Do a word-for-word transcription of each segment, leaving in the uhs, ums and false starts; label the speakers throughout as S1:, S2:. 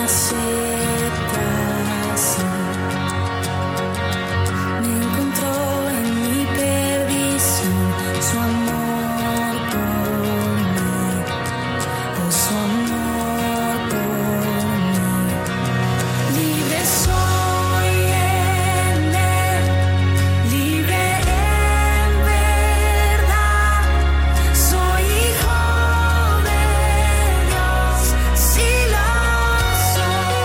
S1: Soy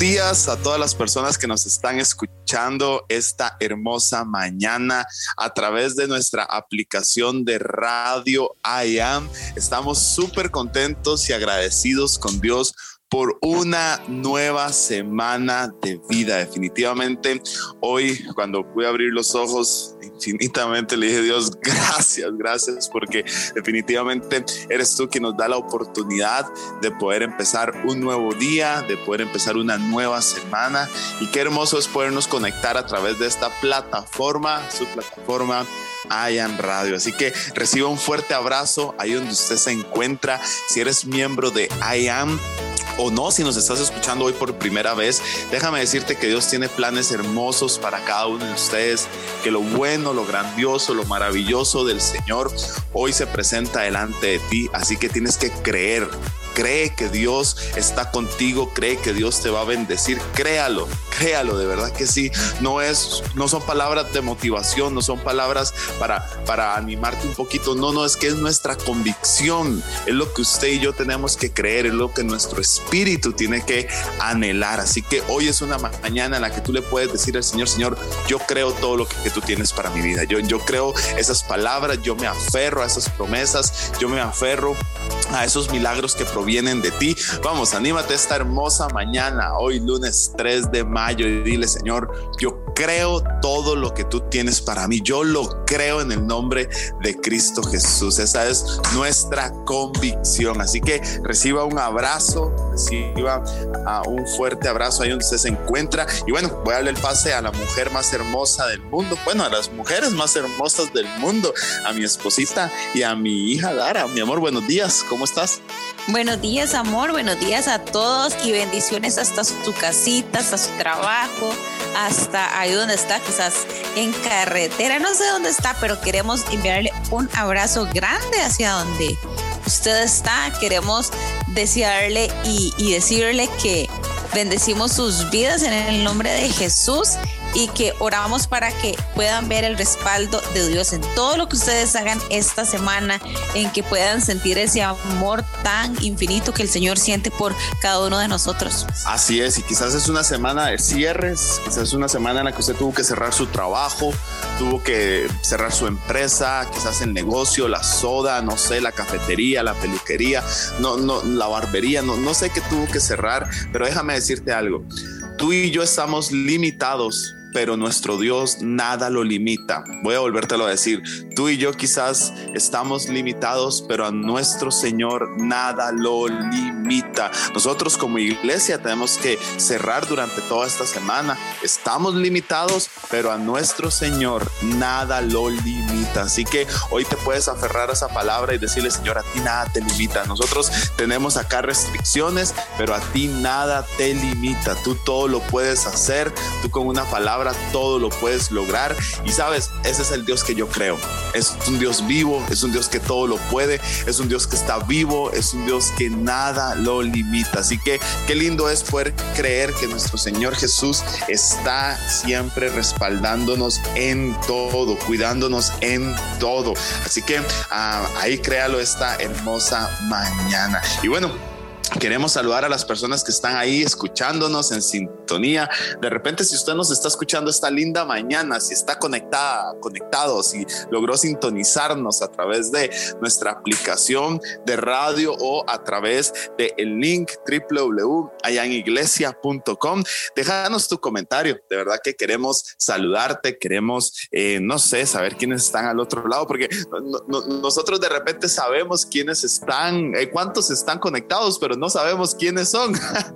S1: días a todas las personas que nos están escuchando esta hermosa mañana a través de nuestra aplicación de radio I Am. Estamos súper contentos y agradecidos con Dios por una nueva semana de vida. Definitivamente hoy, cuando pude abrir los ojos, infinitamente le dije: Dios, gracias, gracias, porque definitivamente eres tú quien nos da la oportunidad de poder empezar un nuevo día, de poder empezar una nueva semana. Y qué hermoso es podernos conectar a través de esta plataforma, su plataforma I Am Radio. Así que reciba un fuerte abrazo ahí donde usted se encuentra. Si eres miembro de I Am o no, si nos estás escuchando hoy por primera vez, déjame decirte que Dios tiene planes hermosos para cada uno de ustedes, que lo bueno, lo grandioso, lo maravilloso del Señor hoy se presenta delante de ti. Así que tienes que creer. Cree que Dios está contigo, cree que Dios te va a bendecir, créalo, créalo, de verdad que sí. No es, no son palabras de motivación, no son palabras para, para animarte un poquito, no, no, es que es nuestra convicción, es lo que usted y yo tenemos que creer, es lo que nuestro espíritu tiene que anhelar. Así que hoy es una mañana en la que tú le puedes decir al Señor: Señor, yo creo todo lo que, que tú tienes para mi vida, yo, yo creo esas palabras, yo me aferro a esas promesas, yo me aferro a esos milagros que provienen de ti. Vamos, anímate esta hermosa mañana, hoy lunes tres de mayo, y dile: Señor, yo creo todo lo que tú tienes para mí, yo lo creo en el nombre de Cristo Jesús. Esa es nuestra convicción. Así que reciba un abrazo, reciba uh, un fuerte abrazo ahí donde usted se encuentra. Y bueno, voy a darle el pase a la mujer más hermosa del mundo, bueno, a las mujeres más hermosas del mundo, a mi esposita y a mi hija Dara. Mi amor, buenos días, ¿cómo estás?
S2: Buenos días, amor, buenos días a todos y bendiciones hasta su casita, hasta su trabajo, hasta ahí donde está, quizás en carretera, no sé dónde está, pero queremos enviarle un abrazo grande hacia donde usted está. Queremos desearle y, y decirle que bendecimos sus vidas en el nombre de Jesús y que oramos para que puedan ver el respaldo de Dios en todo lo que ustedes hagan esta semana, en que puedan sentir ese amor tan infinito que el Señor siente por cada uno de nosotros.
S1: Así es, y quizás es una semana de cierres, quizás es una semana en la que usted tuvo que cerrar su trabajo, tuvo que cerrar su empresa, quizás el negocio, la soda, no sé, la cafetería, la peluquería, no, no, la barbería, no, no sé qué tuvo que cerrar, pero déjame decirte algo. Tú y yo estamos limitados, pero nuestro Dios nada lo limita. Voy a volvértelo a decir. Tú y yo quizás estamos limitados, pero a nuestro Señor nada lo limita. Nosotros como iglesia tenemos que cerrar durante toda esta semana. Estamos limitados, pero a nuestro Señor nada lo limita. Así que hoy te puedes aferrar a esa palabra y decirle: Señor, a ti nada te limita. Nosotros tenemos acá restricciones, pero a ti nada te limita. Tú todo lo puedes hacer. Tú con una palabra todo lo puedes lograr. Y sabes, ese es el Dios que yo creo. Es un Dios vivo, es un Dios que todo lo puede, es un Dios que está vivo, es un Dios que nada lo limita. Así que qué lindo es poder creer que nuestro Señor Jesús está siempre respaldándonos en todo, cuidándonos en todo. Así que uh, ahí créalo esta hermosa mañana. Y bueno, queremos saludar a las personas que están ahí escuchándonos en sintonía. De repente, si usted nos está escuchando esta linda mañana, si está conectada, conectado, si logró sintonizarnos a través de nuestra aplicación de radio o a través del link doble u doble u doble u punto i am iglesia punto com, déjanos tu comentario. De verdad que queremos saludarte, queremos, eh, no sé, saber quiénes están al otro lado, porque no, no, nosotros de repente sabemos quiénes están, eh, cuántos están conectados, pero no sabemos quiénes son.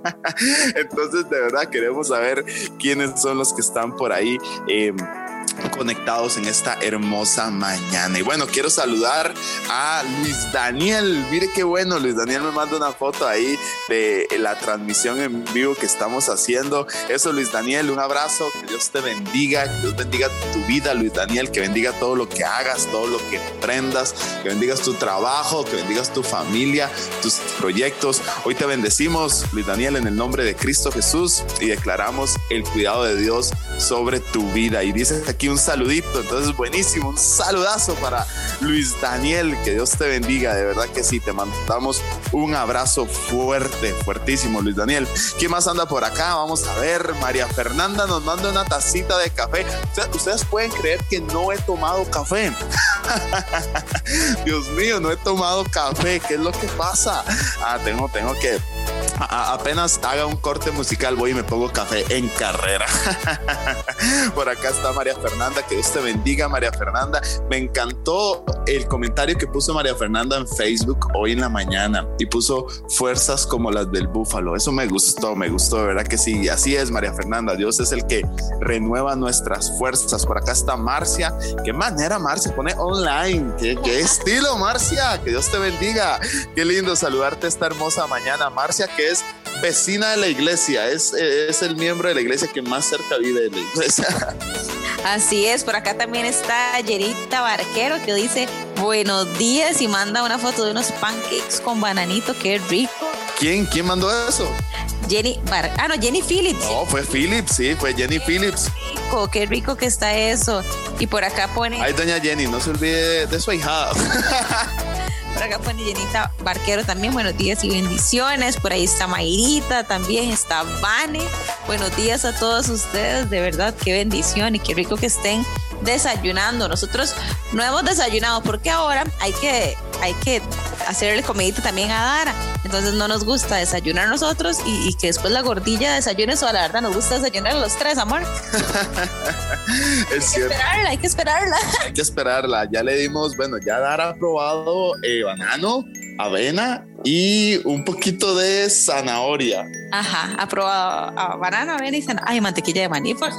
S1: Entonces, de verdad, queremos saber quiénes son los que están por ahí eh, conectados en esta hermosa mañana. Y bueno, quiero saludar a Luis Daniel. Mire qué bueno, Luis Daniel me manda una foto ahí de la transmisión en vivo que estamos haciendo. Eso, Luis Daniel, un abrazo, que Dios te bendiga, que Dios bendiga tu vida, Luis Daniel, que bendiga todo lo que hagas, todo lo que emprendas, que bendigas tu trabajo, que bendigas tu familia, tus proyectos. Hoy te bendecimos, Luis Daniel, en el nombre de Cristo Jesús, y declaramos el cuidado de Dios sobre tu vida. Y dice aquí aquí un saludito, entonces buenísimo, un saludazo para Luis Daniel, que Dios te bendiga, de verdad que sí, te mandamos un abrazo fuerte, fuertísimo, Luis Daniel. ¿Quién más anda por acá? Vamos a ver, María Fernanda nos manda una tacita de café. Ustedes, ustedes pueden creer que no he tomado café. Dios mío, no he tomado café, ¿qué es lo que pasa? Ah, tengo, tengo que A, apenas haga un corte musical voy y me pongo café en carrera. Por acá está María Fernanda, que Dios te bendiga, María Fernanda. Me encantó el comentario que puso María Fernanda en Facebook hoy en la mañana y puso fuerzas como las del búfalo. Eso me gustó, me gustó, de verdad que sí. Así es, María Fernanda, Dios es el que renueva nuestras fuerzas. Por acá está Marcia. Qué manera, Marcia, pone online. Qué, qué estilo, Marcia, que Dios te bendiga. Qué lindo saludarte esta hermosa mañana, Marcia, que es vecina de la iglesia, es, es el miembro de la iglesia que más cerca vive de la iglesia.
S2: Así es, por acá también está Yerita Barquero, que dice buenos días y manda una foto de unos pancakes con bananito, qué rico.
S1: ¿Quién? ¿Quién mandó eso?
S2: Jenny Bar ah, no, Jenny Phillips.
S1: No, fue Phillips, sí, fue Jenny qué Phillips.
S2: Rico, qué rico que está eso. Y por acá pone...
S1: Ay, doña Jenny, no se olvide de su ahijada.
S2: Por acá pone Jenita Barquero también, buenos días y bendiciones. Por ahí está Mayrita, también está Vane. Buenos días a todos ustedes, de verdad, qué bendición y qué rico que estén desayunando. Nosotros no hemos desayunado porque ahora hay que, hay que hacerle comidita también a Dara. Entonces no nos gusta desayunar nosotros y, y que después la gordilla desayune sola. La verdad nos gusta desayunar a los tres, amor.
S1: Es cierto.
S2: Esperarla, hay que esperarla.
S1: Hay que esperarla. Ya le dimos, bueno, ya Dara ha probado eh, banano, avena y un poquito de zanahoria.
S2: Ajá, ha probado uh, banana, avena y zanahoria. Ay, mantequilla de maní. Pues.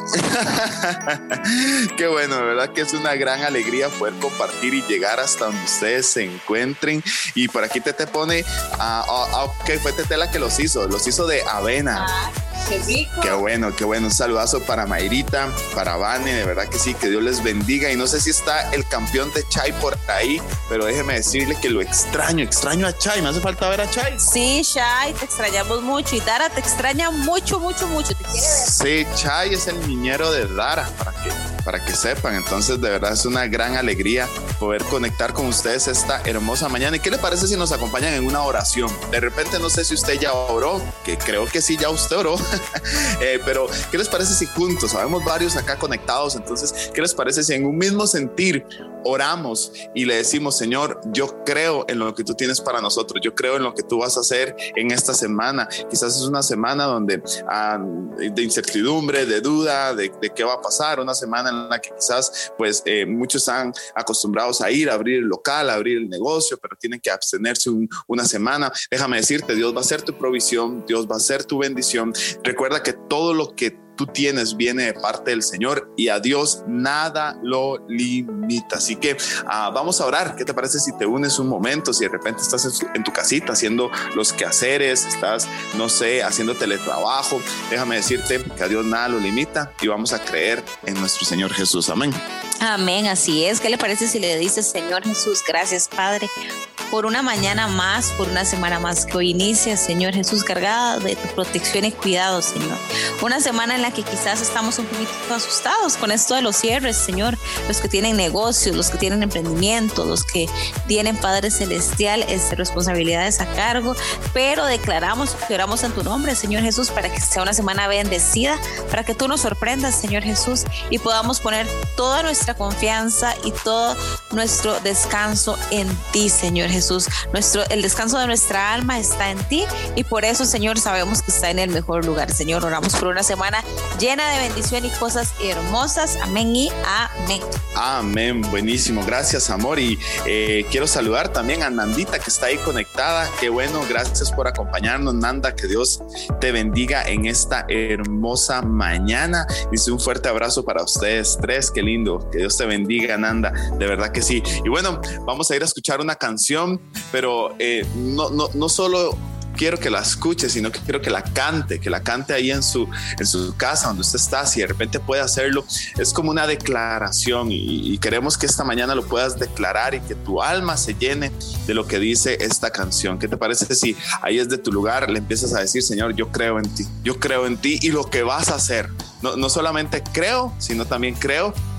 S1: Qué bueno, de verdad que es una gran alegría poder compartir y llegar hasta donde ustedes se encuentren. Y por aquí Tete pone, uh, uh, ok, fue Tete la que los hizo, los hizo de avena.
S2: Ah. Qué rico.
S1: Qué bueno, qué bueno. Un saludazo para Mayrita, para Vane, de verdad que sí, que Dios les bendiga. Y no sé si está el campeón de Chay por ahí, pero déjeme decirle que lo extraño, extraño a Chay. ¿Me hace falta ver a Chay?
S2: Sí, Chay, te extrañamos mucho. Y Dara te extraña mucho, mucho, mucho. ¿Te quiere ver?
S1: Sí, Chay es el niñero de Dara, para que, para que sepan. Entonces, de verdad es una gran alegría poder conectar con ustedes esta hermosa mañana. ¿Y qué le parece si nos acompañan en una oración? De repente, no sé si usted ya oró, que creo que sí, ya usted oró. eh, pero ¿qué les parece si juntos, sabemos varios acá conectados, entonces ¿qué les parece si en un mismo sentir oramos y le decimos, Señor, yo creo en lo que tú tienes para nosotros, yo creo en lo que tú vas a hacer en esta semana? Quizás es una semana donde ah, de incertidumbre, de duda, de, de qué va a pasar, una semana en la que quizás pues eh, muchos están acostumbrados a ir a abrir el local, a abrir el negocio, pero tienen que abstenerse un, una semana. Déjame decirte, Dios va a ser tu provisión, Dios va a ser tu bendición. Recuerda que todo lo que tú tienes viene de parte del Señor y a Dios nada lo limita. Así que uh, vamos a orar. ¿Qué te parece si te unes un momento? Si de repente estás en, su, en tu casita haciendo los quehaceres, estás, no sé, haciendo teletrabajo, déjame decirte que a Dios nada lo limita y vamos a creer en nuestro Señor Jesús. Amén.
S2: Amén, así es. ¿Qué le parece si le dices, Señor Jesús, gracias, Padre, por una mañana más, por una semana más que hoy inicia, Señor Jesús, cargada de tu protección y cuidado, Señor? Una semana en la que quizás estamos un poquito asustados con esto de los cierres, Señor. Los que tienen negocios, los que tienen emprendimiento, los que tienen, Padre Celestial, este, responsabilidades a cargo, pero declaramos que oramos en tu nombre, Señor Jesús, para que sea una semana bendecida, para que tú nos sorprendas, Señor Jesús, y podamos poner toda nuestra confianza y todo nuestro descanso en ti, Señor Jesús. Nuestro, el descanso de nuestra alma está en ti y por eso, Señor, sabemos que está en el mejor lugar. Señor, oramos por una semana llena de bendición y cosas hermosas. Amén y amén.
S1: Amén. Buenísimo. Gracias, amor. Y eh, quiero saludar también a Nandita, que está ahí conectada. Qué bueno. Gracias por acompañarnos, Nanda. Que Dios te bendiga en esta hermosa mañana. Dice un fuerte abrazo para ustedes tres. Qué lindo. Que Dios te bendiga, Nanda. De verdad que sí. Y bueno, vamos a ir a escuchar una canción, pero eh, no, no, no solo quiero que la escuche, sino que quiero que la cante, que la cante ahí en su, en su casa, donde usted está. Si de repente puede hacerlo, es como una declaración y, y queremos que esta mañana lo puedas declarar y que tu alma se llene de lo que dice esta canción. ¿Qué te parece si ahí desde tu lugar le empiezas a decir, Señor, yo creo en ti, yo creo en ti y lo que vas a hacer? No, no solamente creo, sino también creo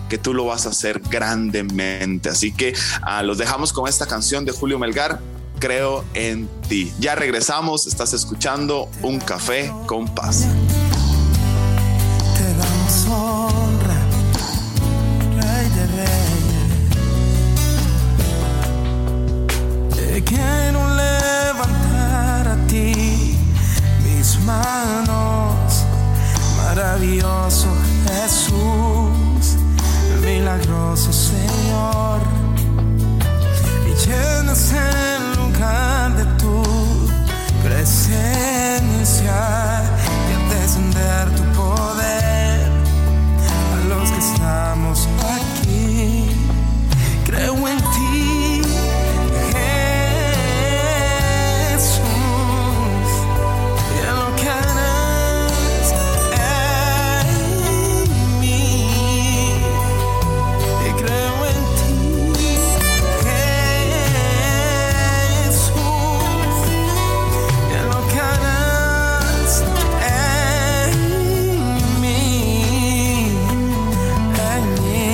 S1: que tú lo vas a hacer grandemente. Así que uh, los dejamos con esta canción de Julio Melgar, Creo en ti. Ya regresamos, estás escuchando Un Café con Paz.
S3: Te damos honra, Rey de Reyes. Te quiero levantar a ti mis manos, maravilloso Jesús, milagroso Señor, y llenas el lugar de tu presencia y al descender tu poder a los que estamos aquí. Creo en ti, Jesús, y en lo que harás en mí. Y creo en ti, Jesús, y en lo que harás en mí, en mí,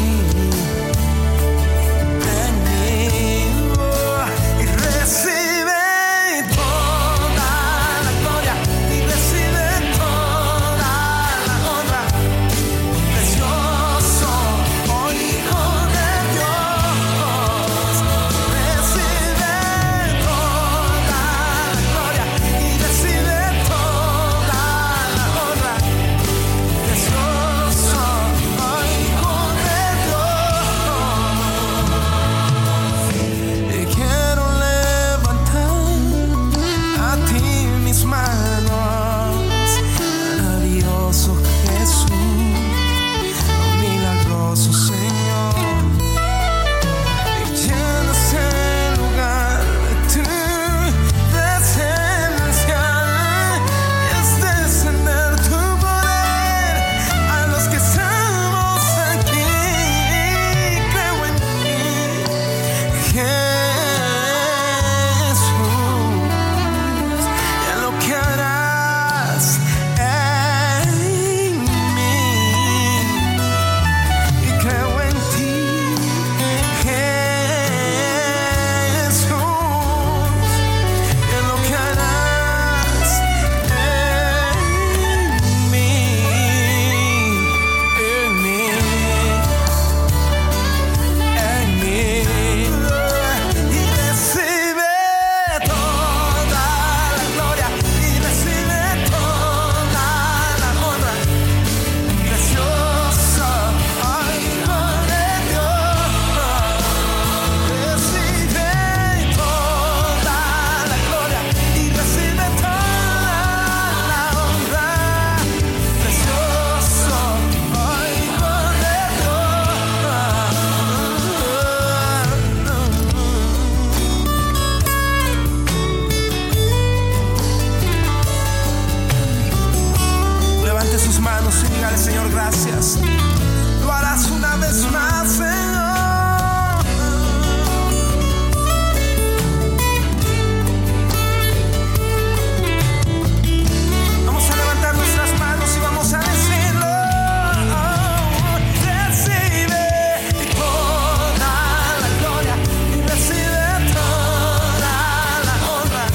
S3: en mí. Oh, y recibe toda la gloria y recibe toda la honra. Precioso, oh Hijo de Dios, recibe toda la gloria y recibe toda la honra. Precioso, oh Hijo de Dios, y quiero levantar a ti mis manos, maravilloso Jesús, milagroso Señor, y llenas el lugar de tu presencia y es descender tu poder a los que estamos aquí. Creo en ti, Jesús, y en lo que harás en mí. Y creo en ti, Jesús, y en lo que harás en mí, en mí, en mí. Y recibe toda la gloria y recibe toda la honra. Precioso, oh Hijo de Dios, recibe toda la gloria y recibe toda la honra. Precioso, oh Hijo de Dios. Levante sus manos y dígale: Señor, gracias. Lo harás una vez más, Señor. Vamos a levantar nuestras manos y vamos a decirlo. Recibe toda la gloria y recibe toda la honra.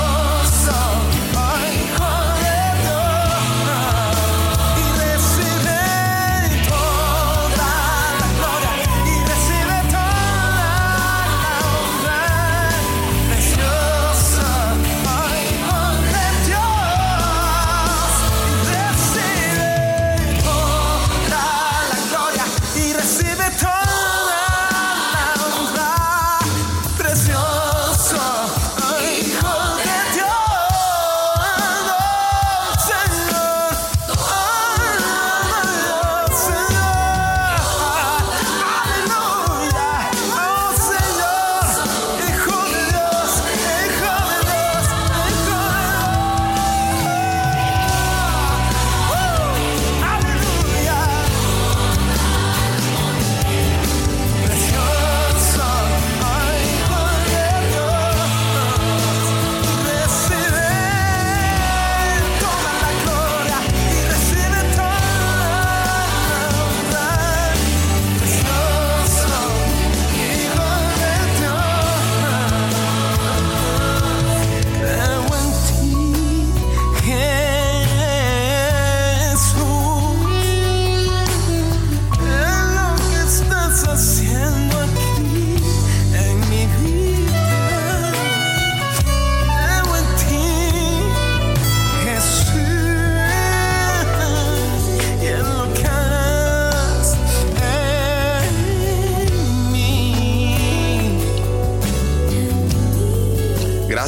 S3: Precioso, oh Hijo de Dios, y recibe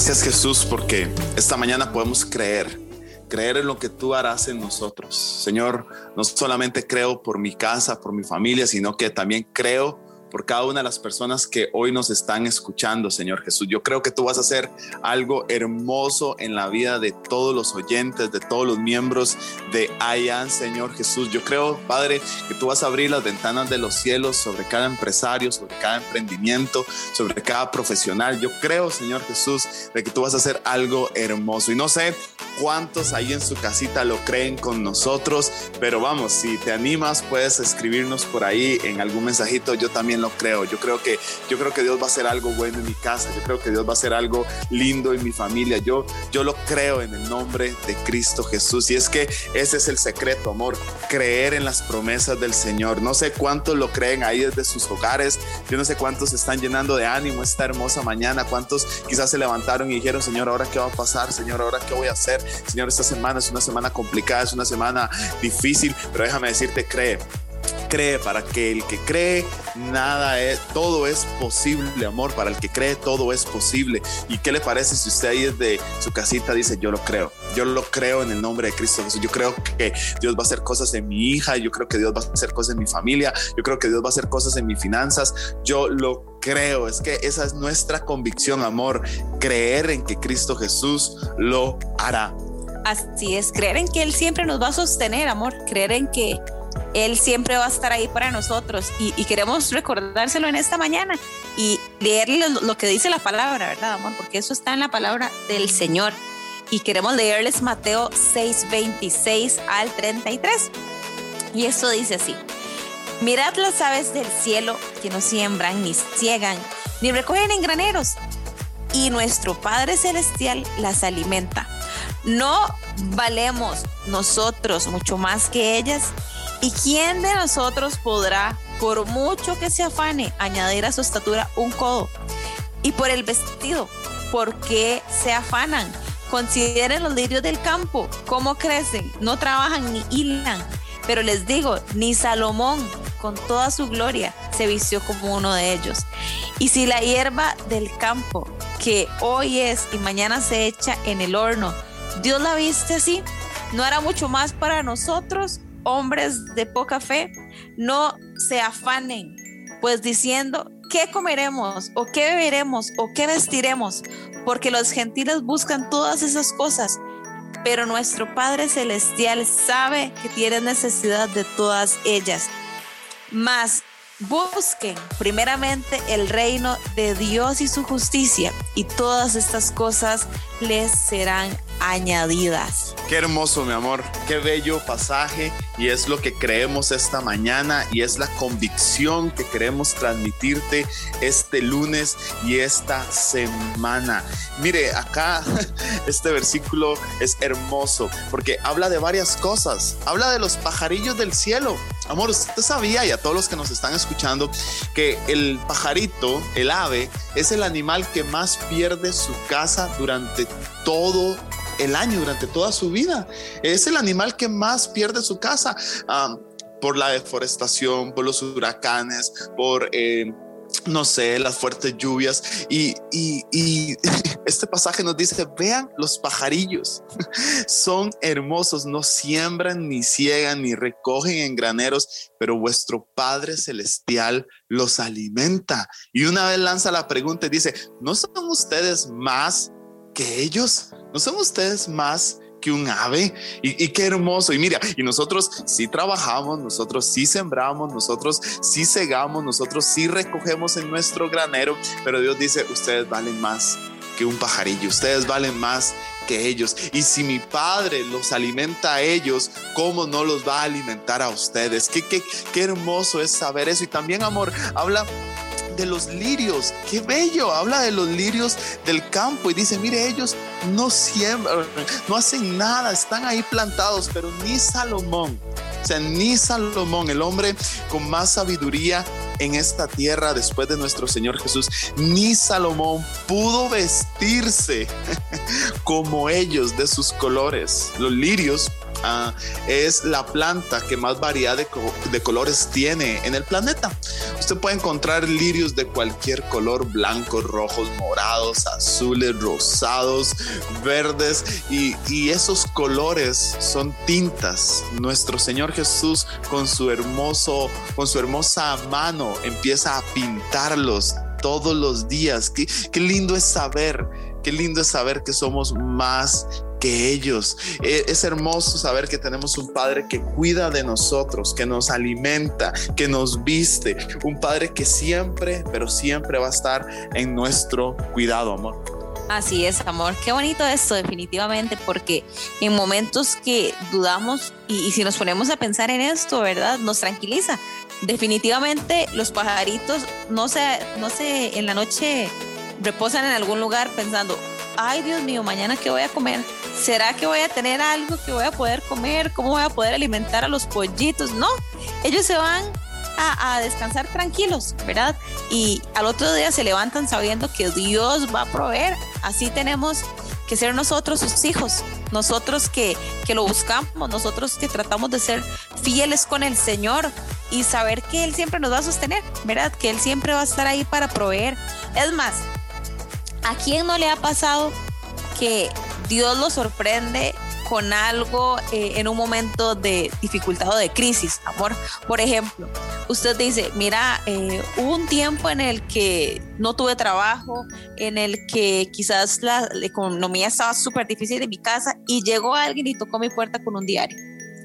S1: Gracias, Jesús, porque esta mañana podemos creer, creer en lo que tú harás en nosotros. Señor, no solamente creo por mi casa, por mi familia, sino que también creo por cada una de las personas que hoy nos están escuchando, Señor Jesús. Yo creo que tú vas a hacer algo hermoso en la vida de todos los oyentes, de todos los miembros de I A M, Señor Jesús. Yo creo, Padre, que tú vas a abrir las ventanas de los cielos sobre cada empresario, sobre cada emprendimiento, sobre cada profesional. Yo creo, Señor Jesús, de que tú vas a hacer algo hermoso. Y no sé cuántos ahí en su casita lo creen con nosotros, pero vamos, si te animas, puedes escribirnos por ahí en algún mensajito. Yo también lo creo. Yo creo que yo creo que Dios va a hacer algo bueno en mi casa. Yo creo que Dios va a hacer algo lindo en mi familia. Yo, yo lo creo en el nombre de Cristo Jesús. Y es que ese es el secreto, amor, creer en las promesas del Señor. No sé cuántos lo creen ahí desde sus hogares. Yo no sé cuántos se están llenando de ánimo esta hermosa mañana. Cuántos quizás se levantaron y dijeron: Señor, ¿ahora qué va a pasar? Señor, ¿ahora qué voy a hacer? Señor, esta semana es una semana complicada, es una semana difícil, pero déjame decirte, cree. Cree, para que el que cree, nada es, todo es posible, amor. Para el que cree, todo es posible. ¿Y qué le parece si usted ahí desde su casita dice: yo lo creo, yo lo creo en el nombre de Cristo Jesús? Yo creo que Dios va a hacer cosas en mi hija, yo creo que Dios va a hacer cosas en mi familia, yo creo que Dios va a hacer cosas en mis finanzas. Yo lo creo. Es que esa es nuestra convicción, amor, creer en que Cristo Jesús lo hará.
S2: Así es, creer en que Él siempre nos va a sostener, amor, creer en que Él siempre va a estar ahí para nosotros, y, y queremos recordárselo en esta mañana y leerle lo, lo que dice la palabra, ¿verdad, amor? Porque eso está en la palabra del Señor, y queremos leerles Mateo seis, veintiséis al treinta y tres, y esto dice así: mirad las aves del cielo, que no siembran, ni ciegan, ni recogen en graneros, y nuestro Padre Celestial las alimenta. ¿No valemos nosotros mucho más que ellas? ¿Y quién de nosotros podrá, por mucho que se afane, añadir a su estatura un codo? Y por el vestido, ¿por qué se afanan? Consideren los lirios del campo, cómo crecen, no trabajan ni hilan. Pero les digo, ni Salomón, con toda su gloria, se vistió como uno de ellos. Y si la hierba del campo, que hoy es y mañana se echa en el horno, Dios la viste así, ¿no hará mucho más para nosotros, hombres de poca fe? No se afanen, pues diciendo: ¿qué comeremos? ¿O qué beberemos? ¿O qué vestiremos? Porque los gentiles buscan todas esas cosas, pero nuestro Padre Celestial sabe que tienen necesidad de todas ellas. Mas busquen primeramente el reino de Dios y su justicia, y todas estas cosas les serán añadidas.
S1: Qué hermoso, mi amor, qué bello pasaje, y es lo que creemos esta mañana, y es la convicción que queremos transmitirte este lunes y esta semana. Mire, acá este versículo es hermoso porque habla de varias cosas. Habla de los pajarillos del cielo. Amor, usted sabía, y a todos los que nos están escuchando, que el pajarito, el ave, es el animal que más pierde su casa durante todo el año, durante toda su vida. Es el animal que más pierde su casa um, por la deforestación, por los huracanes, por eh, no sé, las fuertes lluvias. Y, y, y este pasaje nos dice: vean los pajarillos, son hermosos, no siembran, ni ciegan, ni recogen en graneros, pero vuestro Padre Celestial los alimenta. Y una vez lanza la pregunta y dice: ¿no son ustedes más que ellos? ¿No son ustedes más que un ave? Y, y qué hermoso. Y mira, y nosotros sí trabajamos, nosotros sí sembramos, nosotros sí segamos, nosotros sí recogemos en nuestro granero, pero Dios dice: ustedes valen más que un pajarillo, ustedes valen más que ellos. Y si mi Padre los alimenta a ellos, ¿cómo no los va a alimentar a ustedes? Qué, qué, qué hermoso es saber eso. Y también, amor, habla de los lirios, qué bello, habla de los lirios del campo y dice: mire, ellos no siembran, no hacen nada, están ahí plantados, pero ni Salomón, o sea, ni Salomón, el hombre con más sabiduría en esta tierra después de nuestro Señor Jesús, ni Salomón pudo vestirse como ellos, de sus colores. Los lirios Uh, es la planta que más variedad de, co- de colores tiene en el planeta. O Usted puede encontrar lirios de cualquier color, blancos, rojos, morados, azules, rosados, verdes, y, y esos colores son tintas. Nuestro Señor Jesús con su hermoso, con su hermosa mano empieza a pintarlos todos los días. Qué, qué lindo es saber, qué lindo es saber que somos más que ellos. Es hermoso saber que tenemos un Padre que cuida de nosotros, que nos alimenta, que nos viste, un Padre que siempre, pero siempre va a estar en nuestro cuidado, amor.
S2: Así es, amor. Qué bonito esto, definitivamente, porque en momentos que dudamos y, y si nos ponemos a pensar en esto, ¿verdad? Nos tranquiliza. Definitivamente los pajaritos no se, no se en la noche reposan en algún lugar pensando, ay Dios mío, mañana qué voy a comer, ¿será que voy a tener algo que voy a poder comer? ¿Cómo voy a poder alimentar a los pollitos? No, ellos se van a, a descansar tranquilos, ¿verdad? Y al otro día se levantan sabiendo que Dios va a proveer. Así tenemos que ser nosotros sus hijos, nosotros que, que lo buscamos, nosotros que tratamos de ser fieles con el Señor y saber que Él siempre nos va a sostener, ¿verdad? Que Él siempre va a estar ahí para proveer. Es más, ¿a quién no le ha pasado que Dios lo sorprende con algo eh, en un momento de dificultad o de crisis, amor? Por ejemplo, usted dice, mira, eh, hubo un tiempo en el que no tuve trabajo, en el que quizás la, la economía estaba súper difícil en mi casa y llegó alguien y tocó mi puerta con un diario.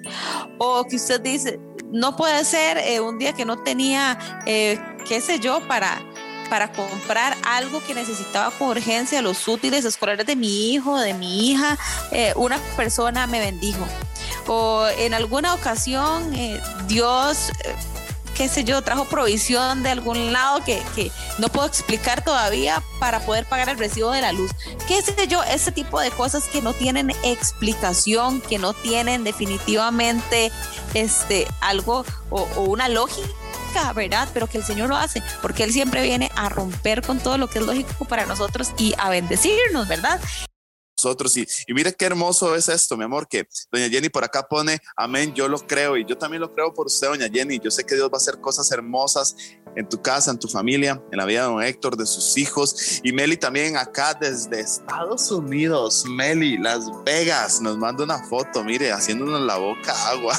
S2: O que usted dice, no puede ser eh, un día que no tenía, eh, qué sé yo, para... para comprar algo que necesitaba con urgencia, los útiles escolares de mi hijo, de mi hija, eh, una persona me bendijo. O en alguna ocasión eh, Dios, eh, qué sé yo, trajo provisión de algún lado que, que no puedo explicar todavía para poder pagar el recibo de la luz. Qué sé yo, ese tipo de cosas que no tienen explicación, que no tienen definitivamente este, algo o, o una lógica, ¿verdad? Pero que el Señor lo hace, porque Él siempre viene a romper con todo lo que es lógico para nosotros y a bendecirnos, ¿verdad?
S1: Nosotros y, y mire qué hermoso es esto, mi amor, que doña Jenny por acá pone, amén, yo lo creo y yo también lo creo por usted, doña Jenny. Yo sé que Dios va a hacer cosas hermosas en tu casa, en tu familia, en la vida de don Héctor, de sus hijos. Y Meli también acá desde Estados Unidos, Meli, Las Vegas, nos manda una foto, mire, haciéndonos la boca agua.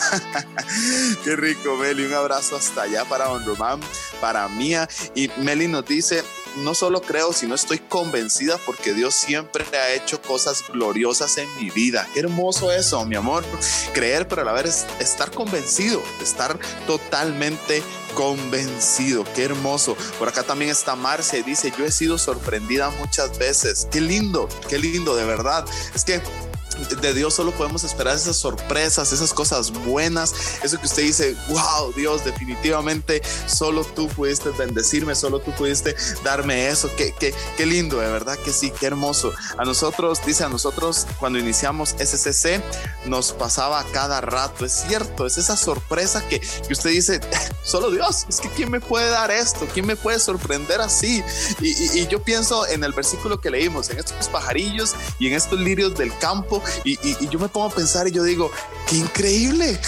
S1: Qué rico, Meli, un abrazo hasta allá para don Román, para Mía. Y Meli nos dice, no solo creo, sino estoy convencida porque Dios siempre ha hecho cosas gloriosas en mi vida. Qué hermoso eso, mi amor. Creer, pero a la vez estar convencido, estar totalmente convencido. Qué hermoso. Por acá también está Marcia y dice, yo he sido sorprendida muchas veces. Qué lindo, qué lindo, de verdad. Es que de Dios solo podemos esperar esas sorpresas, esas cosas buenas, eso que usted dice, wow, Dios, definitivamente solo tú pudiste bendecirme, solo tú pudiste darme eso. Qué, qué, qué lindo, de verdad que sí, qué hermoso. A nosotros, dice, a nosotros cuando iniciamos S C C nos pasaba a cada rato, es cierto, es esa sorpresa que, que usted dice, solo Dios, es que ¿quién me puede dar esto? ¿Quién me puede sorprender así? Y, y, y yo pienso en el versículo que leímos, en estos pajarillos y en estos lirios del campo. Y, y, y yo me pongo a pensar y yo digo, qué increíble,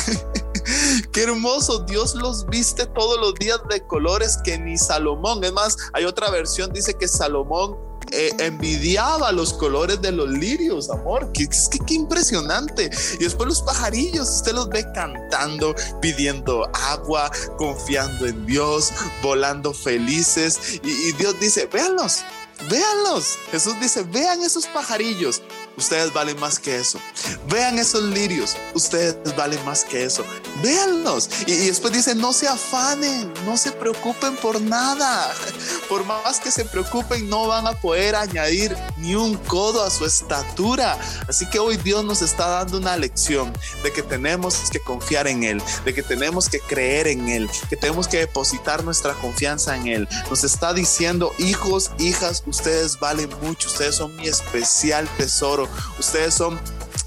S1: qué hermoso, Dios los viste todos los días de colores que ni Salomón. Es más, hay otra versión, dice que Salomón eh, envidiaba los colores de los lirios, amor, que, que, que impresionante. Y después los pajarillos, usted los ve cantando, pidiendo agua, confiando en Dios, volando felices. Y, y Dios dice, véanlos, véanlos. Jesús dice, vean esos pajarillos, ustedes valen más que eso. Vean esos lirios, ustedes valen más que eso. Véanlos. Y, y después dice, no se afanen, no se preocupen por nada. Por más que se preocupen, no van a poder añadir ni un codo a su estatura. Así que hoy Dios nos está dando una lección de que tenemos que confiar en Él, de que tenemos que creer en Él, que tenemos que depositar nuestra confianza en Él. Nos está diciendo, hijos, hijas, ustedes valen mucho, ustedes son mi especial tesoro, ustedes son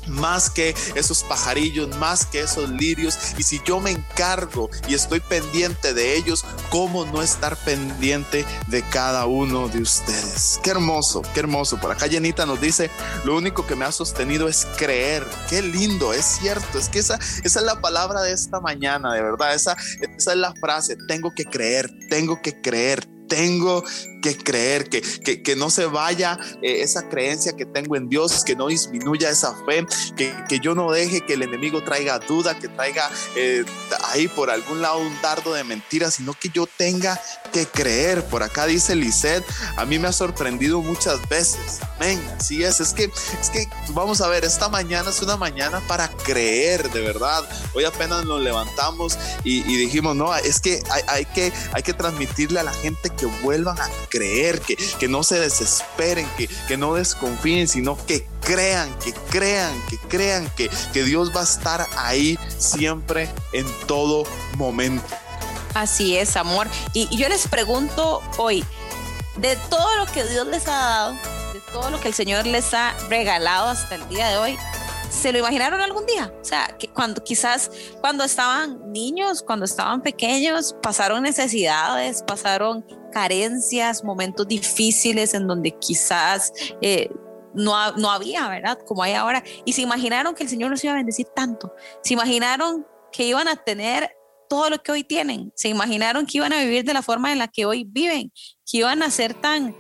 S1: más que esos pajarillos, más que esos lirios. Y si yo me encargo y estoy pendiente de ellos, ¿cómo no estar pendiente de cada uno de ustedes? Qué hermoso, qué hermoso. Por acá Jenita nos dice: lo único que me ha sostenido es creer. Qué lindo, es cierto. Es que esa, esa es la palabra de esta mañana, de verdad. Esa, esa es la frase: tengo que creer, tengo que creer. Tengo que creer, que, que, que no se vaya eh, esa creencia que tengo en Dios, que no disminuya esa fe, que, que yo no deje que el enemigo traiga duda, que traiga eh, ahí por algún lado un dardo de mentiras, sino que yo tenga que creer. Por acá dice Lisette: a mí me ha sorprendido muchas veces. Amén, así es. Es que, es que vamos a ver, esta mañana es una mañana para creer, de verdad. Hoy apenas nos levantamos y, y dijimos: no, es que hay, hay que hay que transmitirle a la gente que vuelvan a creer, que, que no se desesperen, que, que no desconfíen, sino que crean, que crean, que crean que, que Dios va a estar ahí siempre, en todo momento.
S2: Así es, amor. Y, y yo les pregunto hoy, de todo lo que Dios les ha dado, de todo lo que el Señor les ha regalado hasta el día de hoy, ¿se lo imaginaron algún día? O sea, que cuando quizás cuando estaban niños, cuando estaban pequeños, pasaron necesidades, pasaron carencias, momentos difíciles en donde quizás eh, no, ha, no había, ¿verdad? Como hay ahora. Y se imaginaron que el Señor los iba a bendecir tanto. Se imaginaron que iban a tener todo lo que hoy tienen. Se imaginaron que iban a vivir de la forma en la que hoy viven, que iban a ser tan...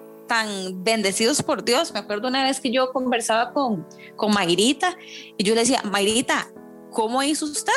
S2: tan bendecidos por Dios. Me acuerdo una vez que yo conversaba con, con Mayrita y yo le decía: Mayrita, ¿cómo hizo usted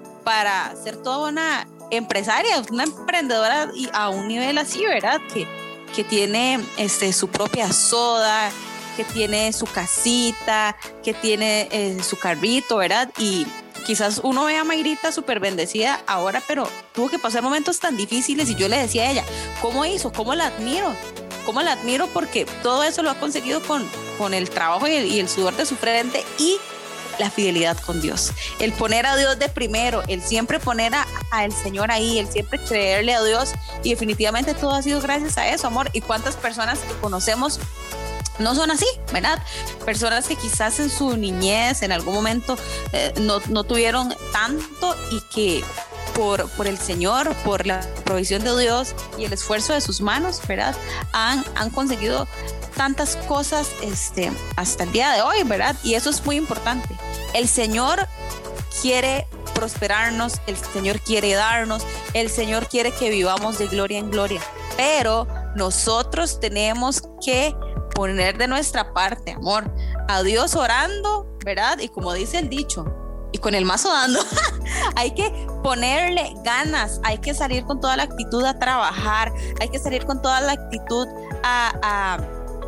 S2: para ser toda una empresaria, una emprendedora y a un nivel así, verdad? Que, que tiene este, su propia soda, que tiene su casita, que tiene eh, su carrito, ¿verdad? Y quizás uno ve a Mayrita súper bendecida ahora, pero tuvo que pasar momentos tan difíciles y yo le decía a ella: ¿cómo hizo? ¿Cómo la admiro? ¿Cómo la admiro? Porque todo eso lo ha conseguido con, con el trabajo y el, y el sudor de su frente y la fidelidad con Dios. El poner a Dios de primero, el siempre poner a, a el Señor ahí, el siempre creerle a Dios, y definitivamente todo ha sido gracias a eso, amor. ¿Y cuántas personas que conocemos no son así, verdad? Personas que quizás en su niñez, en algún momento, eh, no, no tuvieron tanto y que Por, por el Señor, por la provisión de Dios y el esfuerzo de sus manos, ¿verdad? Han, han conseguido tantas cosas este, hasta el día de hoy, ¿verdad? Y eso es muy importante. El Señor quiere prosperarnos, el Señor quiere darnos, el Señor quiere que vivamos de gloria en gloria, pero nosotros tenemos que poner de nuestra parte, amor, a Dios orando, ¿verdad? Y como dice el dicho, y con el mazo dando, hay que ponerle ganas, hay que salir con toda la actitud a trabajar, hay que salir con toda la actitud a, a,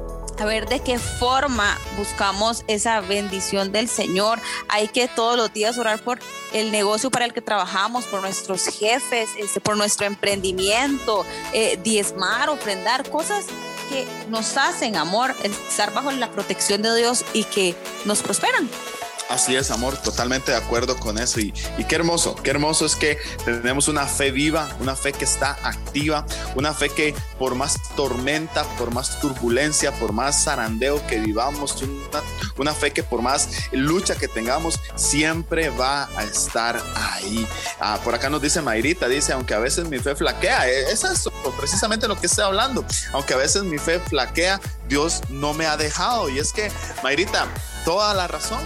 S2: a ver de qué forma buscamos esa bendición del Señor. Hay que todos los días orar por el negocio para el que trabajamos, por nuestros jefes, este, por nuestro emprendimiento, eh, diezmar, ofrendar, cosas que nos hacen, amor, estar bajo la protección de Dios y que nos prosperan.
S1: Así es, amor, totalmente de acuerdo con eso. Y, y qué hermoso, qué hermoso es que tenemos una fe viva, una fe que está activa, una fe que por más tormenta, por más turbulencia, por más zarandeo que vivamos, una, una fe que por más lucha que tengamos, siempre va a estar ahí. Ah, por acá nos dice Mayrita, dice: aunque a veces mi fe flaquea, es eso precisamente lo que estoy hablando, aunque a veces mi fe flaquea, Dios no me ha dejado. Y es que, Mayrita, toda la razón.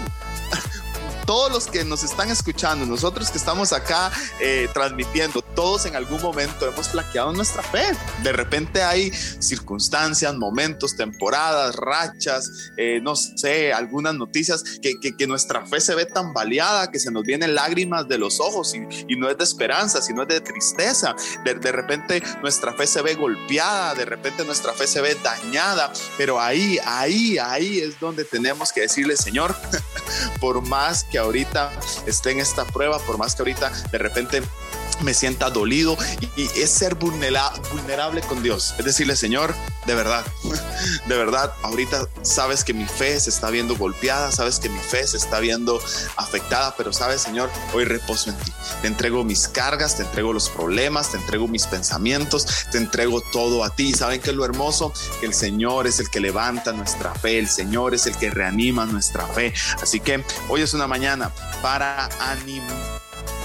S1: Todos los que nos están escuchando, nosotros que estamos acá eh, transmitiendo, todos en algún momento hemos flaqueado nuestra fe. De repente hay circunstancias, momentos, temporadas, rachas, eh, no sé, algunas noticias que, que, que nuestra fe se ve tan baleada que se nos vienen lágrimas de los ojos y, y no es de esperanza, sino es de tristeza. De, de repente nuestra fe se ve golpeada, de repente nuestra fe se ve dañada, pero ahí, ahí, ahí es donde tenemos que decirle: Señor, por más que ahorita esté en esta prueba, por más que ahorita de repente me sienta dolido, y, y es ser vulnera, vulnerable con Dios. Es decirle, Señor, de verdad, de verdad, ahorita sabes que mi fe se está viendo golpeada, sabes que mi fe se está viendo afectada, pero sabes, Señor, hoy reposo en ti. Te entrego mis cargas, te entrego los problemas, te entrego mis pensamientos, te entrego todo a ti. ¿Y saben qué es lo hermoso? Que el Señor es el que levanta nuestra fe, el Señor es el que reanima nuestra fe. Así que hoy es una mañana para animar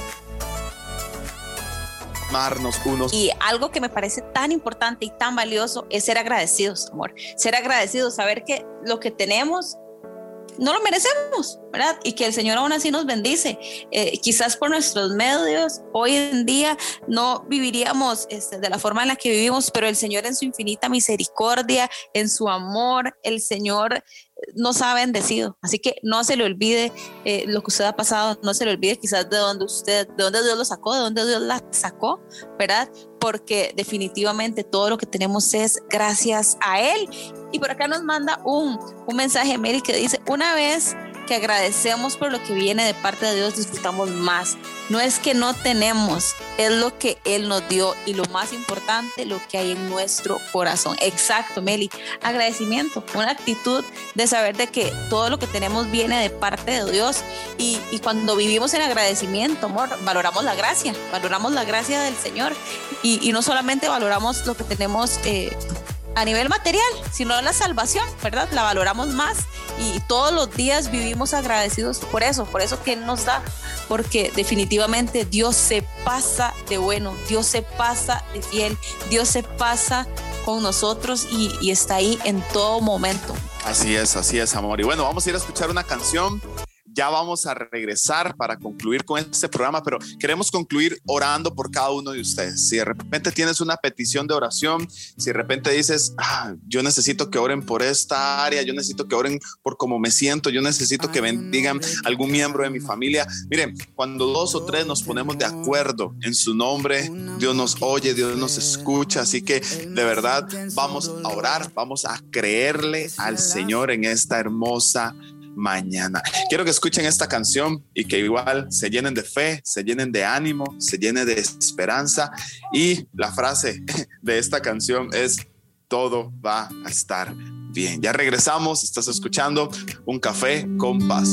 S1: unos.
S2: Y algo que me parece tan importante y tan valioso es ser agradecidos, amor. Ser agradecidos, saber que lo que tenemos no lo merecemos, ¿verdad? Y que el Señor aún así nos bendice. Eh, quizás por nuestros medios, hoy en día no viviríamos este, de la forma en la que vivimos, pero el Señor en su infinita misericordia, en su amor, el Señor nos ha bendecido. Así que no se le olvide eh, lo que usted ha pasado, no se le olvide quizás de dónde usted, de dónde Dios lo sacó, de dónde Dios la sacó, ¿verdad? Porque definitivamente todo lo que tenemos es gracias a Él. Y por acá nos manda un, un mensaje, Mary, que dice: una vez que agradecemos por lo que viene de parte de Dios, disfrutamos más. No es que no tenemos, es lo que Él nos dio, y lo más importante, lo que hay en nuestro corazón. Exacto, Meli. Agradecimiento, una actitud de saber de que todo lo que tenemos viene de parte de Dios, y, y cuando vivimos en agradecimiento, amor, valoramos la gracia, valoramos la gracia del Señor, y, y no solamente valoramos lo que tenemos eh, a nivel material, sino la salvación, ¿verdad? La valoramos más, y todos los días vivimos agradecidos por eso, por eso que Él nos da, porque definitivamente Dios se pasa de bueno, Dios se pasa de fiel, Dios se pasa con nosotros y, y está ahí en todo momento.
S1: Así es, así es, amor. Y bueno, vamos a ir a escuchar una canción. Ya vamos a regresar para concluir con este programa, pero queremos concluir orando por cada uno de ustedes. Si de repente tienes una petición de oración, si de repente dices, ah, yo necesito que oren por esta área, yo necesito que oren por cómo me siento, yo necesito que bendigan a algún miembro de mi familia. Miren, cuando dos o tres nos ponemos de acuerdo en su nombre, Dios nos oye, Dios nos escucha. Así que de verdad vamos a orar, vamos a creerle al Señor en esta hermosa mañana. Quiero que escuchen esta canción y que igual se llenen de fe, se llenen de ánimo, se llenen de esperanza. Y la frase de esta canción es: todo va a estar bien. Ya regresamos, estás escuchando Un Café con Paz.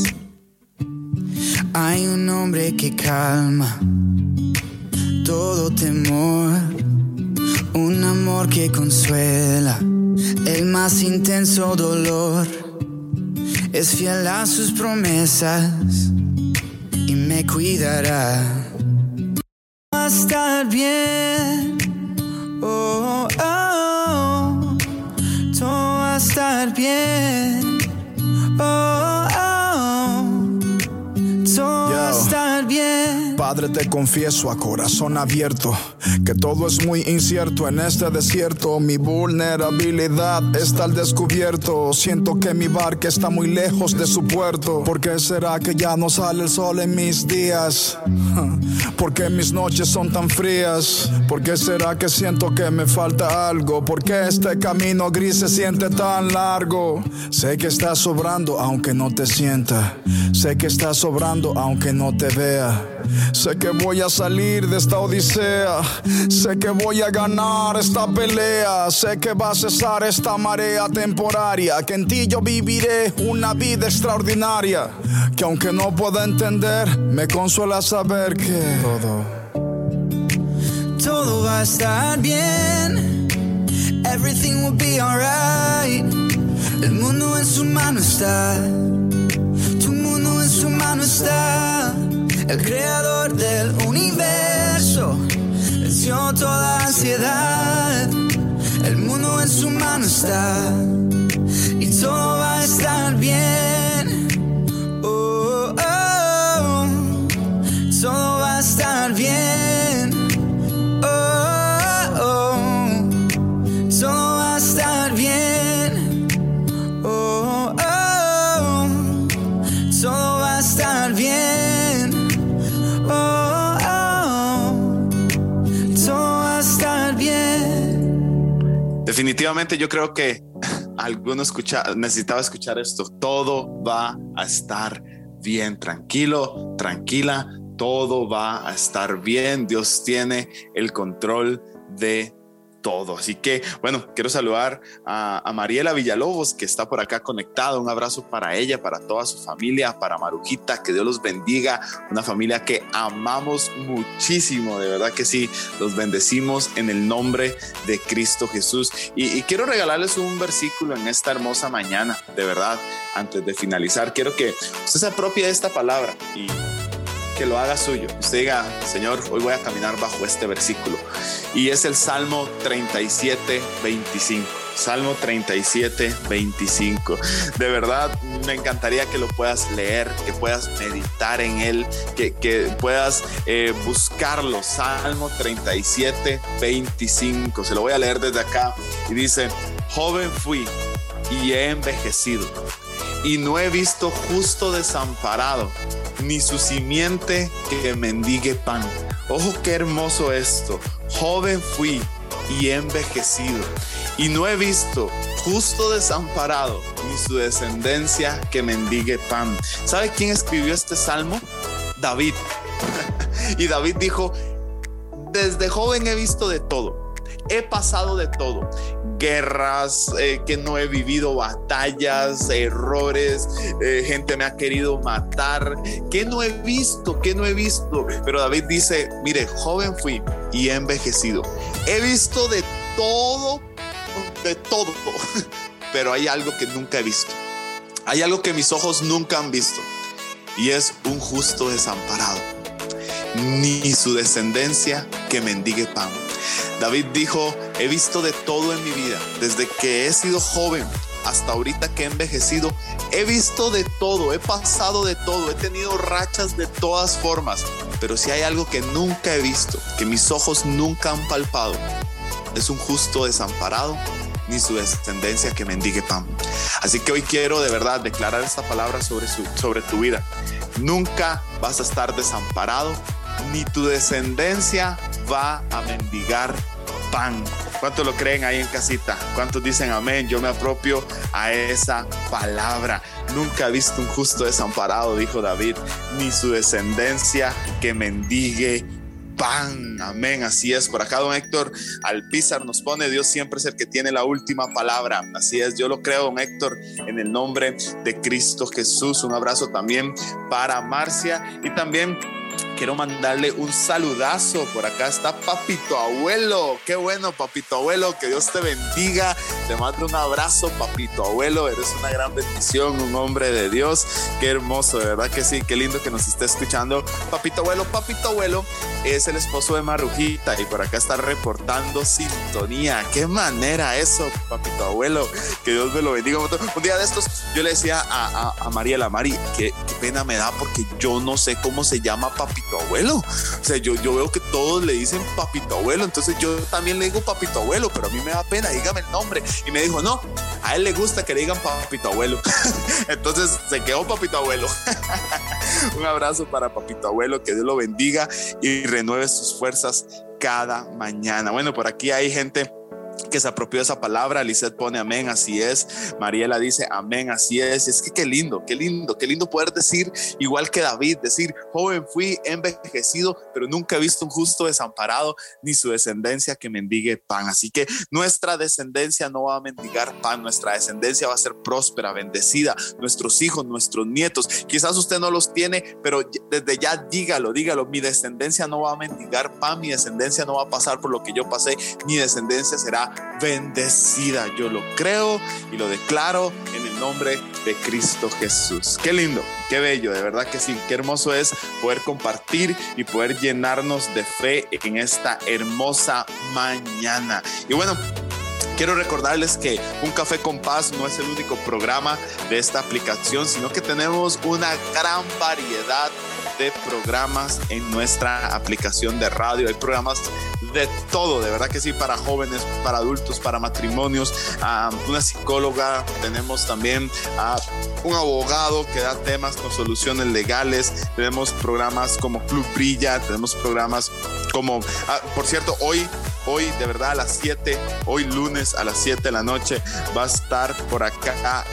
S4: Hay un hombre que calma todo temor, un amor que consuela el más intenso dolor. Es fiel a sus promesas y me cuidará. Va a estar bien, oh, oh, todo va a estar bien, oh, oh, todo va a estar bien.
S3: Padre, te confieso a corazón abierto que todo es muy incierto en este desierto. Mi vulnerabilidad está al descubierto. Siento que mi barca está muy lejos de su puerto. ¿Por qué será que ya no sale el sol en mis días? ¿Por qué mis noches son tan frías? ¿Por qué será que siento que me falta algo? ¿Por qué este camino gris se siente tan largo? Sé que estás sobrando aunque no te sienta. Sé que estás sobrando aunque no te vea. Sé que voy a salir de esta odisea. Sé que voy a ganar esta pelea. Sé que va a cesar esta marea temporaria. Que en ti yo viviré una vida extraordinaria. Que aunque no pueda entender, me consuela saber que todo,
S4: todo va a estar bien. Everything will be alright. El mundo en su mano está. Tu mundo en su mano está. El creador del universo venció toda ansiedad. El mundo en su mano está y todo va a estar bien. Oh, oh, oh. Todo va a estar bien. Oh, oh, oh. Todo va a estar bien. Oh, oh, oh. Todo va a estar bien.
S1: Definitivamente yo creo que alguno escucha, necesitaba escuchar esto. Todo va a estar bien. Tranquilo, tranquila. todo va a estar bien. Dios tiene el control de todo. Así que, bueno, quiero saludar a, a Mariela Villalobos, que está por acá conectada. Un abrazo para ella, para toda su familia, para Marujita, que Dios los bendiga. Una familia que amamos muchísimo, de verdad que sí, los bendecimos en el nombre de Cristo Jesús. Y, y quiero regalarles un versículo en esta hermosa mañana, de verdad, antes de finalizar. Quiero que usted se apropie de esta palabra y que lo haga suyo. Usted diga: Señor, hoy voy a caminar bajo este versículo. Y es el Salmo treinta y siete, veinticinco. Salmo treinta y siete, veinticinco. De verdad, me encantaría que lo puedas leer, que puedas meditar en él, que, que puedas eh, buscarlo. Salmo treinta y siete, veinticinco. Se lo voy a leer desde acá. Y dice: joven fui y he envejecido, y no he visto justo desamparado, ni su simiente que mendigue pan. Ojo, qué hermoso esto. Joven fui y he envejecido, y no he visto justo desamparado, ni su descendencia que mendigue pan. ¿Sabe quién escribió este salmo? David. Y David dijo: desde joven he visto de todo, he pasado de todo, guerras eh, que no he vivido, batallas, errores, eh, gente me ha querido matar, que no he visto, que no he visto. Pero David dice: mire, joven fui y he envejecido, he visto de todo, de todo, pero hay algo que nunca he visto, hay algo que mis ojos nunca han visto, y es un justo desamparado, ni su descendencia que mendigue pan. David dijo: he visto de todo en mi vida, desde que he sido joven hasta ahorita que he envejecido, he visto de todo, he pasado de todo, he tenido rachas de todas formas, pero si hay algo que nunca he visto, que mis ojos nunca han palpado, es un justo desamparado, ni su descendencia que mendigue pan. Así que hoy quiero de verdad declarar esta palabra sobre, su, sobre tu vida. Nunca vas a estar desamparado, ni tu descendencia va a mendigar pan. ¿Cuántos lo creen ahí en casita? ¿Cuántos dicen amén? Yo me apropio a esa palabra. Nunca he visto un justo desamparado, dijo David, ni su descendencia que mendigue pan. Amén, así es. Por acá don Héctor Alpizar nos pone: Dios siempre es el que tiene la última palabra. Así es, yo lo creo, don Héctor, en el nombre de Cristo Jesús. Un abrazo también para Marcia, y también quiero mandarle un saludazo. Por acá está Papito Abuelo. Qué bueno, Papito Abuelo, que Dios te bendiga. Te mando un abrazo, Papito Abuelo. Eres una gran bendición, un hombre de Dios. Qué hermoso, de verdad que sí. Qué lindo que nos esté escuchando, Papito Abuelo. Papito Abuelo es el esposo de Marujita, y por acá está reportando sintonía. Qué manera eso, Papito Abuelo. Que Dios me lo bendiga. Un día de estos yo le decía a, a, a Mariela: Mari, qué, qué pena me da, porque yo no sé cómo se llama Papito Abuelo. O sea, yo, yo veo que todos le dicen Papito Abuelo, entonces yo también le digo Papito Abuelo, pero a mí me da pena, dígame el nombre. Y me dijo: no, a él le gusta que le digan Papito Abuelo. Entonces se quedó Papito Abuelo. Un abrazo para Papito Abuelo, que Dios lo bendiga y renueve sus fuerzas cada mañana. Bueno, por aquí hay gente que se apropió de esa palabra. Lisette pone amén, así es. Mariela dice amén, así es. Es que qué lindo, qué lindo, qué lindo poder decir igual que David, decir: joven fui, envejecido, pero nunca he visto un justo desamparado, ni su descendencia que mendigue pan. Así que nuestra descendencia no va a mendigar pan, nuestra descendencia va a ser próspera, bendecida. Nuestros hijos, nuestros nietos, quizás usted no los tiene, pero desde ya dígalo, dígalo: mi descendencia no va a mendigar pan, mi descendencia no va a pasar por lo que yo pasé, mi descendencia será bendecida. Yo lo creo y lo declaro en el nombre de Cristo Jesús. Qué lindo, qué bello, de verdad que sí. Qué hermoso es poder compartir y poder llenarnos de fe en esta hermosa mañana. Y bueno, quiero recordarles que Un Café con Paz no es el único programa de esta aplicación, sino que tenemos una gran variedad de programas en nuestra aplicación de radio. Hay programas de todo, de verdad que sí, para jóvenes, para adultos, para matrimonios, uh, una psicóloga, tenemos también uh, un abogado que da temas con soluciones legales, tenemos programas como Club Brilla, tenemos programas como, uh, por cierto, hoy Hoy de verdad a las siete, hoy lunes a las siete de la noche va a estar por acá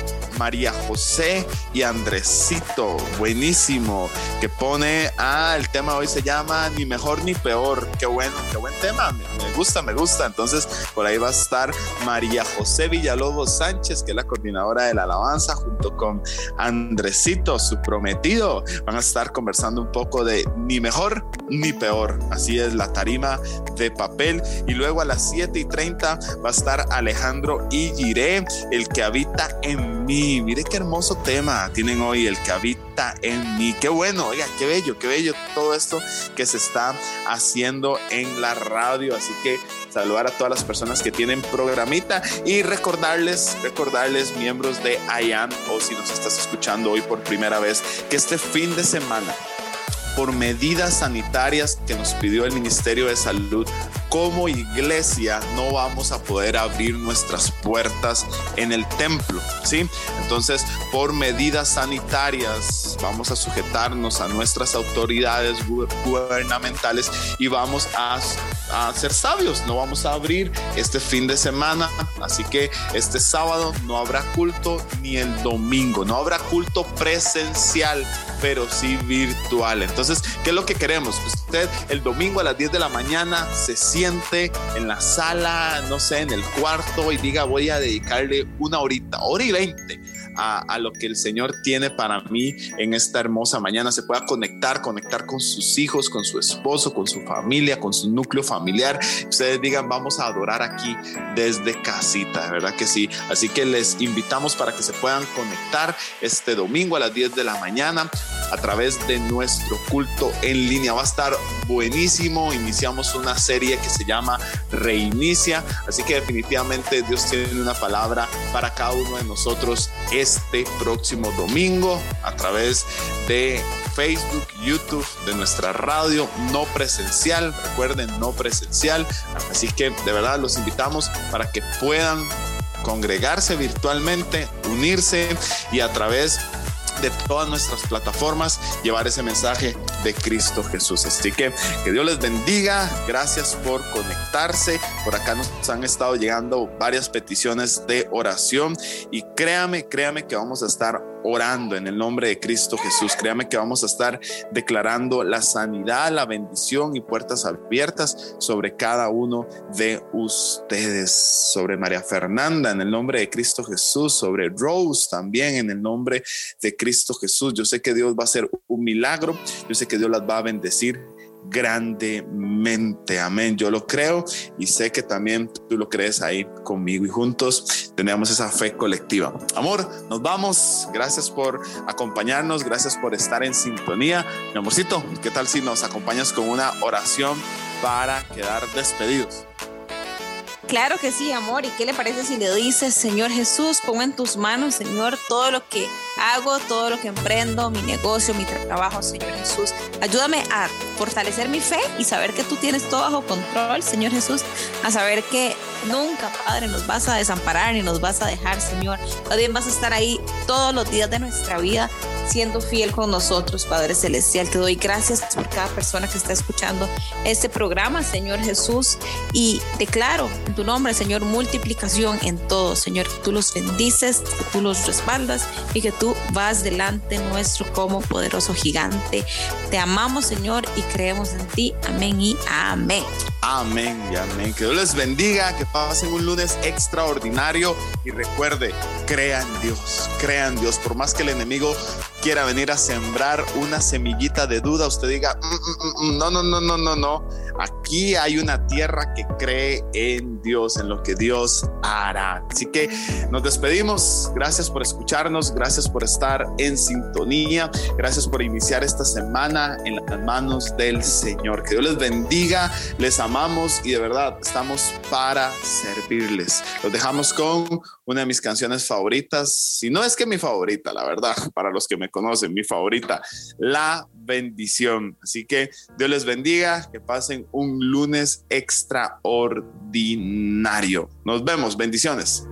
S1: María José y Andresito, buenísimo, que pone, ah, el tema hoy se llama Ni Mejor Ni Peor. Qué bueno, qué buen tema, me, me gusta, me gusta. Entonces, por ahí va a estar María José Villalobos Sánchez, que es la coordinadora de la alabanza, junto con Andresito, su prometido. Van a estar conversando un poco de Ni Mejor Ni Peor. Así es, la tarima de papel. Y luego a las siete y treinta va a estar Alejandro Iyiré, El que habita en mí. Mire qué hermoso tema tienen hoy, El que habita en mí. Qué bueno, oiga, qué bello, qué bello todo esto que se está haciendo en la radio. Así que saludar a todas las personas que tienen programita y recordarles, recordarles miembros de I A M, o si nos estás escuchando hoy por primera vez, que este fin de semana, por medidas sanitarias que nos pidió el Ministerio de Salud, como iglesia no vamos a poder abrir nuestras puertas en el templo, ¿sí? Entonces, por medidas sanitarias vamos a sujetarnos a nuestras autoridades gubernamentales y vamos a, a ser sabios. No vamos a abrir este fin de semana, así que este sábado no habrá culto, ni el domingo no habrá culto presencial, pero sí virtual. Entonces, ¿qué es lo que queremos? Usted el domingo a las diez de la mañana se siente en la sala, no sé, en el cuarto, y diga, voy a dedicarle una horita, hora y veinte a, a lo que el Señor tiene para mí en esta hermosa mañana. Se pueda conectar, conectar con sus hijos, con su esposo, con su familia, con su núcleo familiar. Ustedes digan, vamos a adorar aquí desde casita, ¿verdad que sí? Así que les invitamos para que se puedan conectar este domingo a las diez de la mañana a través de nuestro culto en línea. Va a estar buenísimo. Iniciamos una serie que se llama Reinicia, así que definitivamente Dios tiene una palabra para cada uno de nosotros este próximo domingo a través de Facebook, YouTube, de nuestra radio no presencial. Recuerden, no presencial. Así que de verdad los invitamos para que puedan congregarse virtualmente, unirse y a través de todas nuestras plataformas llevar ese mensaje de Cristo Jesús. Así que que Dios les bendiga. Gracias por conectarse. Por acá nos han estado llegando varias peticiones de oración y créame, créame que vamos a estar orando en el nombre de Cristo Jesús. Créame que vamos a estar declarando la sanidad, la bendición y puertas abiertas sobre cada uno de ustedes, sobre María Fernanda en el nombre de Cristo Jesús, sobre Rose también en el nombre de Cristo Jesús. Yo sé que Dios va a hacer un milagro, yo sé que Dios las va a bendecir grandemente, amén. Yo lo creo y sé que también tú lo crees ahí conmigo y juntos tenemos esa fe colectiva. Amor, nos vamos. Gracias por acompañarnos, gracias por estar en sintonía. Mi amorcito, ¿qué tal si nos acompañas con una oración para quedar despedidos?
S2: Claro que sí, amor. ¿Y qué le parece si le dices, Señor Jesús, pongo en tus manos, Señor, todo lo que hago, todo lo que emprendo, mi negocio, mi trabajo, Señor Jesús? Ayúdame a fortalecer mi fe y saber que tú tienes todo bajo control, Señor Jesús, a saber que nunca, Padre, nos vas a desamparar ni nos vas a dejar, Señor. También vas a estar ahí todos los días de nuestra vida, siendo fiel con nosotros, Padre Celestial. Te doy gracias por cada persona que está escuchando este programa, Señor Jesús, y declaro en tu nombre, Señor, multiplicación en todo, Señor, que tú los bendices, que tú los respaldas y que tú vas delante nuestro como poderoso gigante. Te amamos, Señor, y creemos en ti. Amén y amén.
S1: Amén y amén. Que Dios les bendiga, que pasen un lunes extraordinario y recuerde, crea en Dios, crea en Dios. Por más que el enemigo quiera venir a sembrar una semillita de duda, usted diga, mm, mm, mm, no, no, no, no, no, no. Aquí hay una tierra que cree en Dios, en lo que Dios hará. Así que nos despedimos. Gracias por escucharnos, gracias por estar en sintonía, gracias por iniciar esta semana en las manos del Señor. Que Dios les bendiga, les amamos y de verdad estamos para servirles. Los dejamos con una de mis canciones favoritas, si no es que mi favorita, la verdad, para los que me conocen, mi favorita, La Bendición. Así que Dios les bendiga, que pasen un lunes extraordinario. Nos vemos, bendiciones.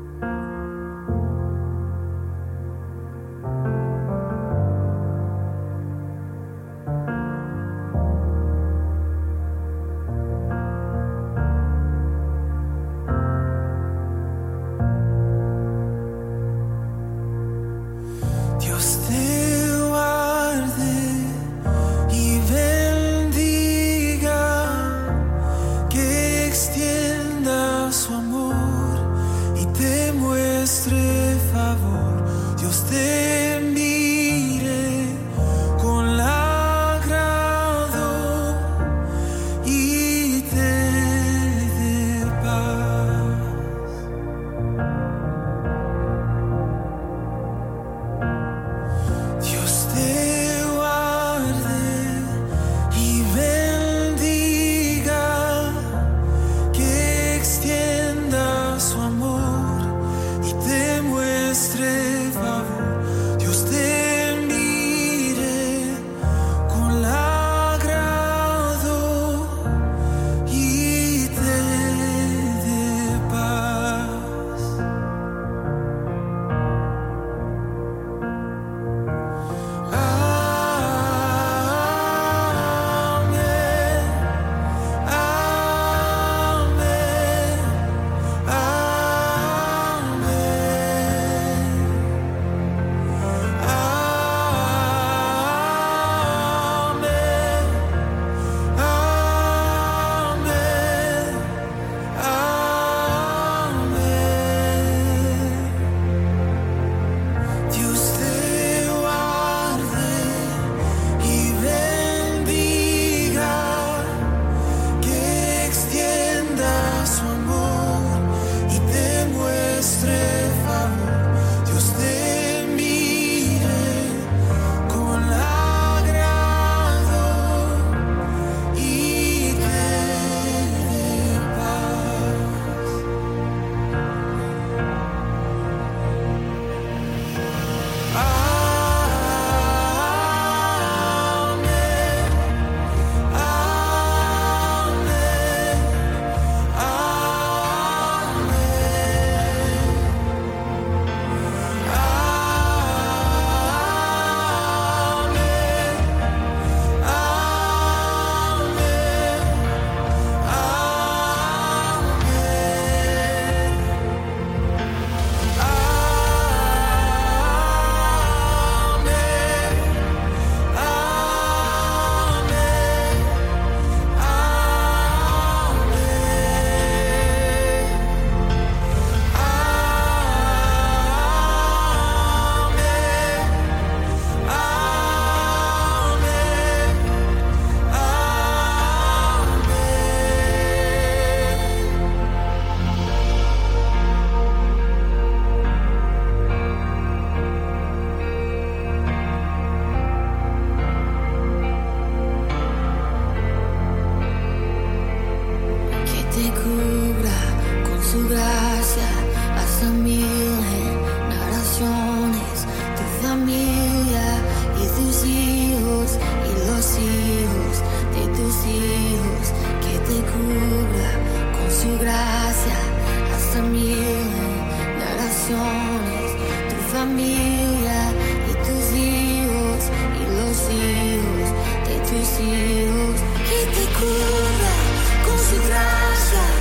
S4: favor, Dios te mire con agrado y te dé paz. Dios te guarde y bendiga, que extienda su amor y te muestre favor. Dios te mire con agrado y te dé paz. Amén, amén, Dios te guarde y bendiga, que extienda su amor y te muestre favor. Dios te mire con agrado y te dé paz. Que te cubra con su gracia hasta mil generaciones, tu familia y tus hijos y los hijos de tus hijos. Que te cubra con su gracia hasta mil generaciones, tu familia y tus hijos y los hijos de tus hijos. Que te cubra con su gracia